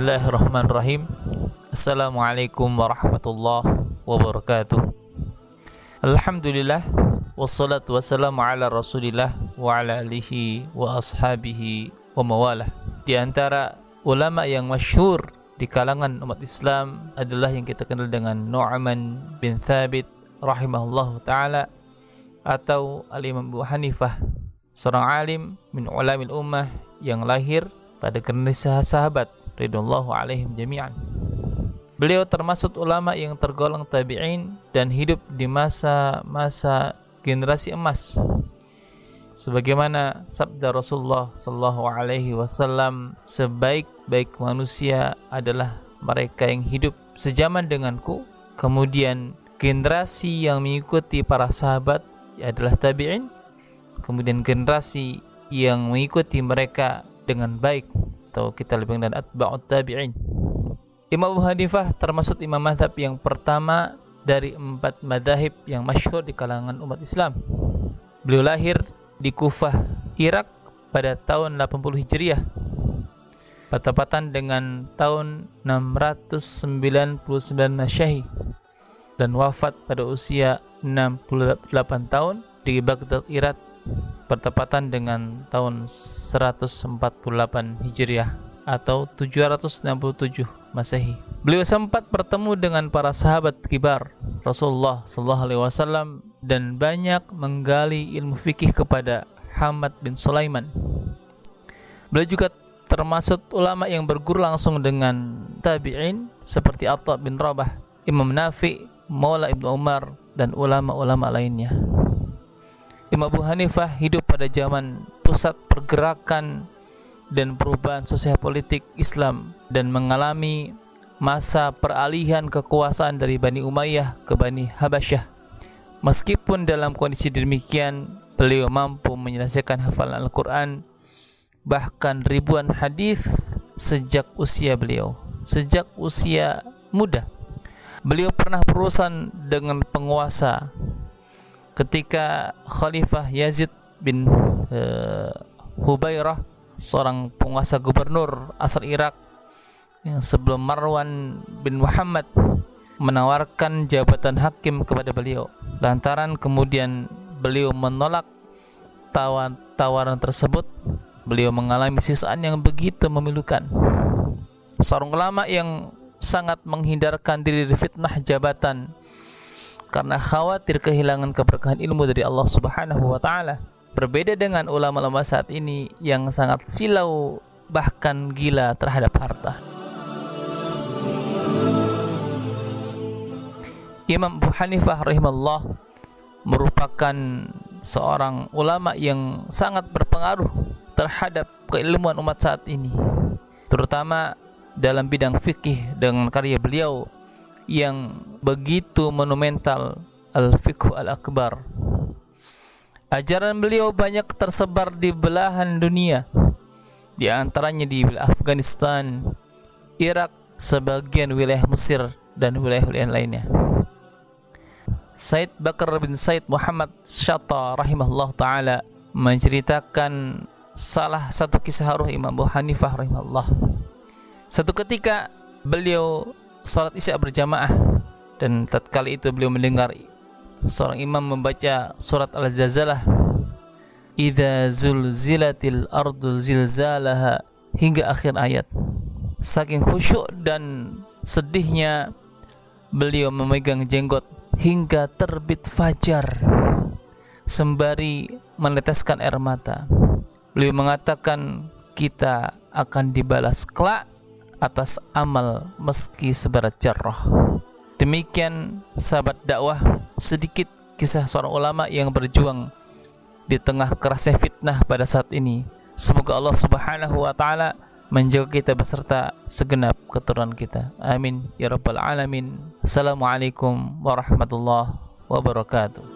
Bismillahirrahmanirrahim. Assalamualaikum warahmatullahi wabarakatuh. Alhamdulillah, wassalatu wassalamu ala rasulillah wa ala alihi wa ashabihi wa mawalah. Di antara ulama yang masyhur di kalangan umat Islam adalah yang kita kenal dengan Nu'man bin Thabit rahimahullahu ta'ala, atau Al-Imam Abu Hanifah, seorang alim min ulamil ummah yang lahir pada generasi sahabat ridwanullahu alaihim jami'an. Beliau termasuk ulama yang tergolong tabi'in dan hidup di masa-masa generasi emas. Sebagaimana sabda Rasulullah sallallahu alaihi wasallam, sebaik-baik manusia adalah mereka yang hidup sejaman denganku. Kemudian generasi yang mengikuti para sahabat adalah tabi'in. Kemudian generasi yang mengikuti mereka dengan baik, atau kita lebih mengenal atba'ut tabi'in. Imam Abu Hanifah termasuk imam mazhab yang pertama dari 4 mazhab yang masyhur di kalangan umat Islam. Beliau lahir di Kufah, Irak pada tahun 80 Hijriah, bertepatan dengan tahun 699 Masehi, dan wafat pada usia 68 tahun di Baghdad, Irak, bertepatan dengan tahun 148 Hijriah atau 767 Masehi. Beliau sempat bertemu dengan para sahabat kibar Rasulullah sallallahu alaihi wasallam dan banyak menggali ilmu fikih kepada Hamad bin Sulaiman. Beliau juga termasuk ulama yang berguru langsung dengan tabi'in seperti Atha bin Rabah, Imam Nafi, Maula Ibnu Umar, dan ulama-ulama lainnya. Imam Abu Hanifah hidup pada zaman pusat pergerakan dan perubahan sosial politik Islam dan mengalami masa peralihan kekuasaan dari Bani Umayyah ke Bani Habasyah. Meskipun dalam kondisi demikian, beliau mampu menyelesaikan hafalan Al-Quran, bahkan ribuan hadis sejak usia muda. Beliau pernah berurusan dengan penguasa ketika Khalifah Yazid bin Hubairah, seorang penguasa gubernur asal Irak, yang sebelum Marwan bin Muhammad menawarkan jabatan hakim kepada beliau. Lantaran kemudian beliau menolak tawaran tersebut, beliau mengalami siksaan yang begitu memilukan. Seorang ulama yang sangat menghindarkan diri dari fitnah jabatan karena khawatir kehilangan keberkahan ilmu dari Allah Subhanahu wa ta'ala. Berbeda dengan ulama-ulama saat ini yang sangat silau, bahkan gila terhadap harta. Imam Abu Hanifah rahimahullah merupakan seorang ulama yang sangat berpengaruh terhadap keilmuan umat saat ini, terutama dalam bidang fikih dengan karya beliau yang begitu monumental, Al-Fiqh Al-Akbar. Ajaran beliau banyak tersebar di belahan dunia, di antaranya di wilayah Afghanistan, Irak, sebagian wilayah Mesir, dan wilayah-wilayah lainnya. Said Bakar bin Said Muhammad Shatta rahimahullah ta'ala menceritakan salah satu kisah ruh Imam Abu Hanifah rahimahullah. Satu ketika beliau salat isya berjamaah, dan tatkala itu beliau mendengar seorang imam membaca surat Al-Zalzalah, idza zulzilatil ardu zilzalaha, hingga akhir ayat. Saking khusyuk dan sedihnya beliau memegang jenggot hingga terbit fajar sembari meneteskan air mata. Beliau mengatakan, kita akan dibalas kelak atas amal meski seberat jarrah. Demikian sahabat dakwah, sedikit kisah seorang ulama yang berjuang di tengah kerasnya fitnah pada saat ini. Semoga Allah Subhanahu wa ta'ala menjaga kita beserta segenap keturunan kita. Amin ya rabbal alamin. Assalamualaikum warahmatullahi wabarakatuh.